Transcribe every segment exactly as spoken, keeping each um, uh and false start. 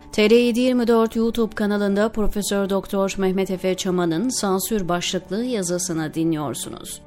T R yedi yirmi dört YouTube kanalında Profesör Doktor Mehmet Efe Çaman'ın sansür başlıklı yazısını dinliyorsunuz.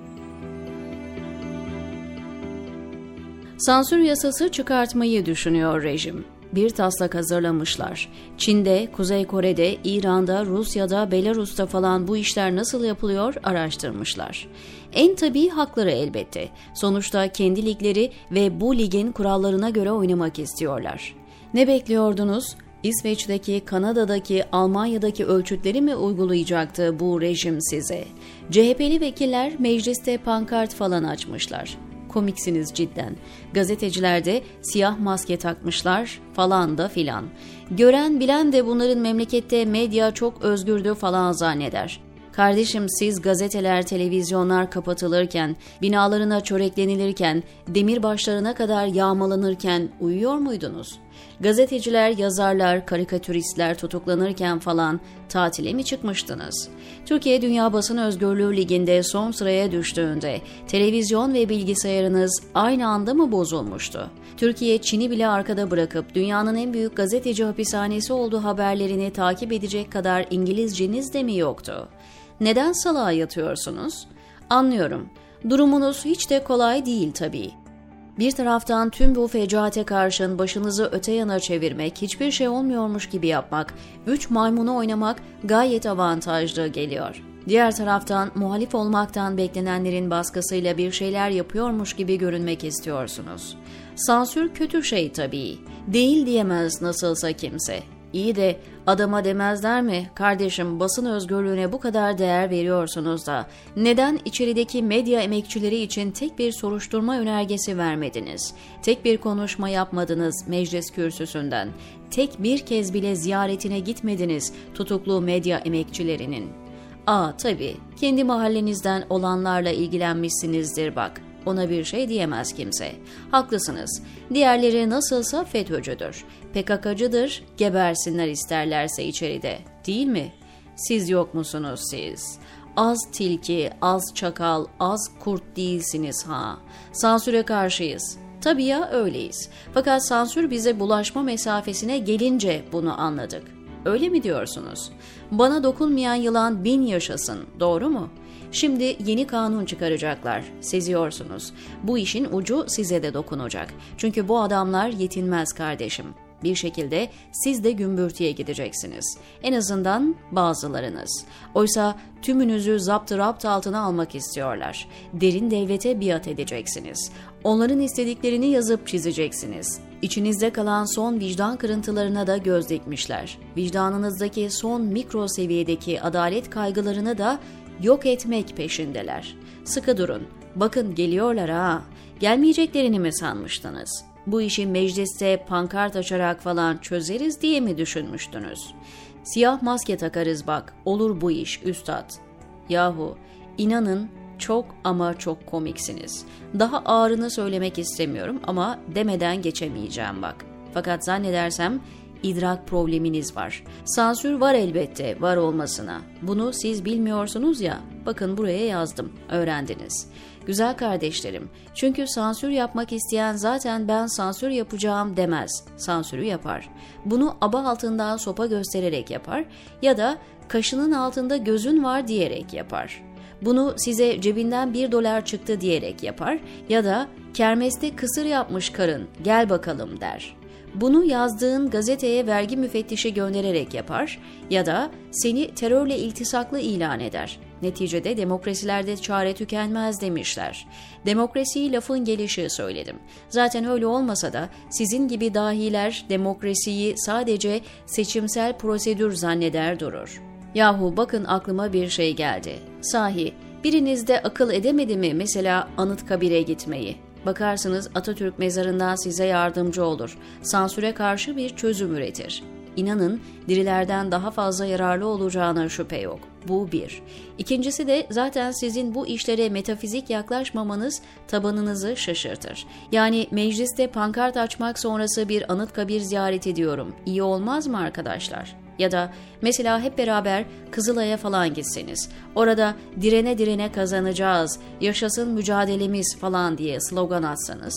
Sansür yasası çıkartmayı düşünüyor rejim. Bir taslak hazırlamışlar. Çin'de, Kuzey Kore'de, İran'da, Rusya'da, Belarus'ta falan bu işler nasıl yapılıyor araştırmışlar. En tabii hakları elbette. Sonuçta kendi ligleri ve bu ligin kurallarına göre oynamak istiyorlar. Ne bekliyordunuz? İsveç'teki, Kanada'daki, Almanya'daki ölçütleri mi uygulayacaktı bu rejim size? C H P'li vekiller mecliste pankart falan açmışlar. Komiksiniz cidden. Gazeteciler de siyah maske takmışlar falan da filan. Gören bilen de bunların memlekette medya çok özgürdü falan zanneder. Kardeşim siz gazeteler, televizyonlar kapatılırken, binalarına çöreklenilirken, demirbaşlarına kadar yağmalanırken uyuyor muydunuz? Gazeteciler, yazarlar, karikatüristler tutuklanırken falan tatile mi çıkmıştınız? Türkiye Dünya Basın Özgürlüğü Ligi'nde son sıraya düştüğünde televizyon ve bilgisayarınız aynı anda mı bozulmuştu? Türkiye Çin'i bile arkada bırakıp dünyanın en büyük gazeteci hapishanesi olduğu haberlerini takip edecek kadar İngilizceniz de mi yoktu? Neden salağa yatıyorsunuz? Anlıyorum. Durumunuz hiç de kolay değil tabii. Bir taraftan tüm bu fecaate karşın başınızı öte yana çevirmek, hiçbir şey olmuyormuş gibi yapmak, üç maymunu oynamak gayet avantajlı geliyor. Diğer taraftan muhalif olmaktan beklenenlerin baskısıyla bir şeyler yapıyormuş gibi görünmek istiyorsunuz. Sansür kötü şey tabii. Değil diyemez nasılsa kimse. İyi de adama demezler mi? Kardeşim basın özgürlüğüne bu kadar değer veriyorsunuz da neden içerideki medya emekçileri için tek bir soruşturma önergesi vermediniz? Tek bir konuşma yapmadınız meclis kürsüsünden. Tek bir kez bile ziyaretine gitmediniz tutuklu medya emekçilerinin. Aa tabii kendi mahallenizden olanlarla ilgilenmişsinizdir bak. Ona bir şey diyemez kimse. Haklısınız. Diğerleri nasılsa FETÖ'cüdür. P K K'cıdır, gebersinler isterlerse içeride. Değil mi? Siz yok musunuz siz? Az tilki, az çakal, az kurt değilsiniz ha. Sansüre karşıyız. Tabii ya öyleyiz. Fakat sansür bize bulaşma mesafesine gelince bunu anladık. Öyle mi diyorsunuz? Bana dokunmayan yılan bin yaşasın, doğru mu? Şimdi yeni kanun çıkaracaklar, seziyorsunuz. Bu işin ucu size de dokunacak. Çünkü bu adamlar yetinmez kardeşim. Bir şekilde siz de gümbürtüye gideceksiniz. En azından bazılarınız. Oysa tümünüzü zaptı rapt altına almak istiyorlar. Derin devlete biat edeceksiniz. Onların istediklerini yazıp çizeceksiniz. İçinizde kalan son vicdan kırıntılarına da göz dikmişler. Vicdanınızdaki son mikro seviyedeki adalet kaygılarını da yok etmek peşindeler. Sıkı durun. Bakın geliyorlar ha. Gelmeyeceklerini mi sanmıştınız? Bu işi mecliste pankart açarak falan çözeriz diye mi düşünmüştünüz? Siyah maske takarız bak. Olur bu iş üstad. Yahu inanın çok ama çok komiksiniz. Daha ağırını söylemek istemiyorum ama demeden geçemeyeceğim bak. Fakat zannedersem idrak probleminiz var. Sansür var elbette, var olmasına. Bunu siz bilmiyorsunuz ya, bakın buraya yazdım, öğrendiniz. Güzel kardeşlerim, çünkü sansür yapmak isteyen zaten ben sansür yapacağım demez, sansürü yapar. Bunu aba altından sopa göstererek yapar ya da kaşının altında gözün var diyerek yapar. Bunu size cebinden bir dolar çıktı diyerek yapar ya da kermeste kısır yapmış karın, gel bakalım der. Bunu yazdığın gazeteye vergi müfettişi göndererek yapar ya da seni terörle iltisaklı ilan eder. Neticede demokrasilerde çare tükenmez demişler. Demokrasiyi lafın gelişi söyledim. Zaten öyle olmasa da sizin gibi dahiler demokrasiyi sadece seçimsel prosedür zanneder durur. Yahu bakın aklıma bir şey geldi. Sahi biriniz de akıl edemedi mi mesela Anıtkabir'e gitmeyi? Bakarsınız Atatürk mezarından size yardımcı olur. Sansüre karşı bir çözüm üretir. İnanın dirilerden daha fazla yararlı olacağına şüphe yok. Bu bir. İkincisi de zaten sizin bu işlere metafizik yaklaşmamanız tabanınızı şaşırtır. Yani mecliste pankart açmak sonrası bir Anıtkabir ziyareti diyorum. İyi olmaz mı arkadaşlar? Ya da mesela hep beraber Kızılay'a falan gitseniz, orada direne direne kazanacağız, yaşasın mücadelemiz falan diye slogan atsanız.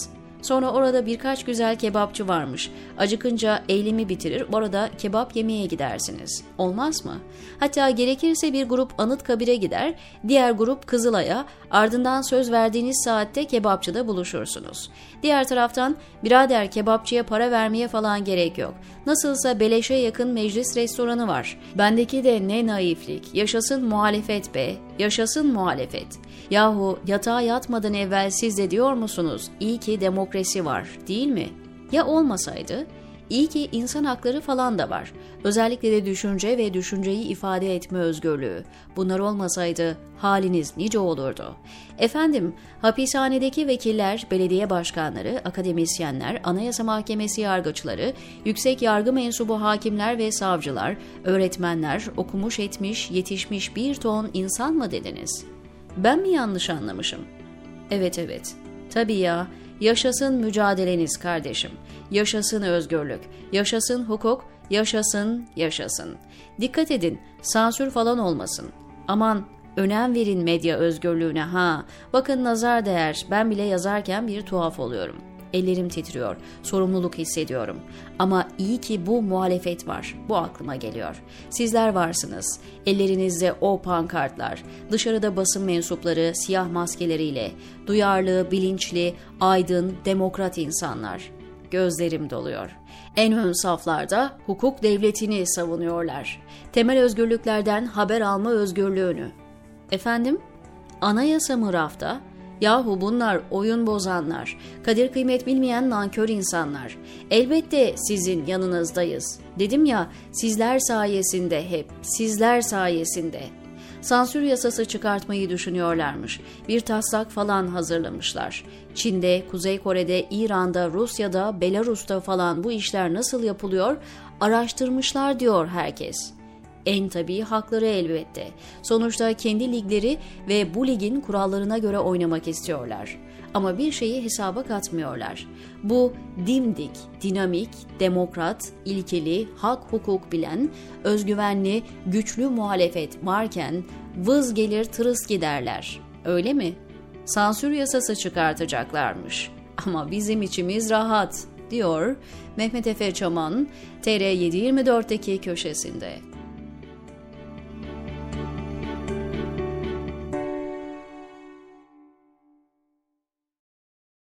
Sonra orada birkaç güzel kebapçı varmış. Acıkınca eylemi bitirir, orada kebap yemeye gidersiniz. Olmaz mı? Hatta gerekirse bir grup Anıtkabir'e gider, diğer grup Kızılay'a, ardından söz verdiğiniz saatte kebapçıda buluşursunuz. Diğer taraftan birader kebapçıya para vermeye falan gerek yok. Nasılsa beleşe yakın meclis restoranı var. Bendeki de ne naiflik. Yaşasın muhalefet be. Yaşasın muhalefet. Yahu yatağa yatmadan evvel siz de diyor musunuz? İyi ki demokrasi var, değil mi? Ya olmasaydı? İyi ki insan hakları falan da var. Özellikle de düşünce ve düşünceyi ifade etme özgürlüğü. Bunlar olmasaydı haliniz nice olurdu. Efendim, hapishanedeki vekiller, belediye başkanları, akademisyenler, Anayasa Mahkemesi yargıçları, yüksek yargı mensubu hakimler ve savcılar, öğretmenler, okumuş etmiş, yetişmiş bir ton insan mı dediniz? Ben mi yanlış anlamışım? Evet evet, tabii ya, yaşasın mücadeleniz kardeşim, yaşasın özgürlük, yaşasın hukuk, yaşasın, yaşasın. Dikkat edin, sansür falan olmasın. Aman, önem verin medya özgürlüğüne ha. Bakın nazar değer, ben bile yazarken bir tuhaf oluyorum. Ellerim titriyor, sorumluluk hissediyorum. Ama iyi ki bu muhalefet var, bu aklıma geliyor. Sizler varsınız, ellerinizde o pankartlar, dışarıda basın mensupları siyah maskeleriyle, duyarlı, bilinçli, aydın, demokrat insanlar. Gözlerim doluyor. En ön saflarda hukuk devletini savunuyorlar. Temel özgürlüklerden haber alma özgürlüğünü. Efendim? Anayasa mı rafta? Yahu bunlar oyun bozanlar, kadir kıymet bilmeyen nankör insanlar. Elbette sizin yanınızdayız. Dedim ya, sizler sayesinde hep, sizler sayesinde. Sansür yasası çıkartmayı düşünüyorlarmış. Bir taslak falan hazırlamışlar. Çin'de, Kuzey Kore'de, İran'da, Rusya'da, Belarus'ta falan bu işler nasıl yapılıyor? Araştırmışlar diyor herkes. En tabii hakları elbette. Sonuçta kendi ligleri ve bu ligin kurallarına göre oynamak istiyorlar. Ama bir şeyi hesaba katmıyorlar. Bu dimdik, dinamik, demokrat, ilkeli, hak hukuk bilen, özgüvenli, güçlü muhalefet varken vız gelir tırıs giderler. Öyle mi? Sansür yasası çıkartacaklarmış. Ama bizim içimiz rahat, diyor Mehmet Efe Çaman, T R yedi yirmi dörtteki köşesinde.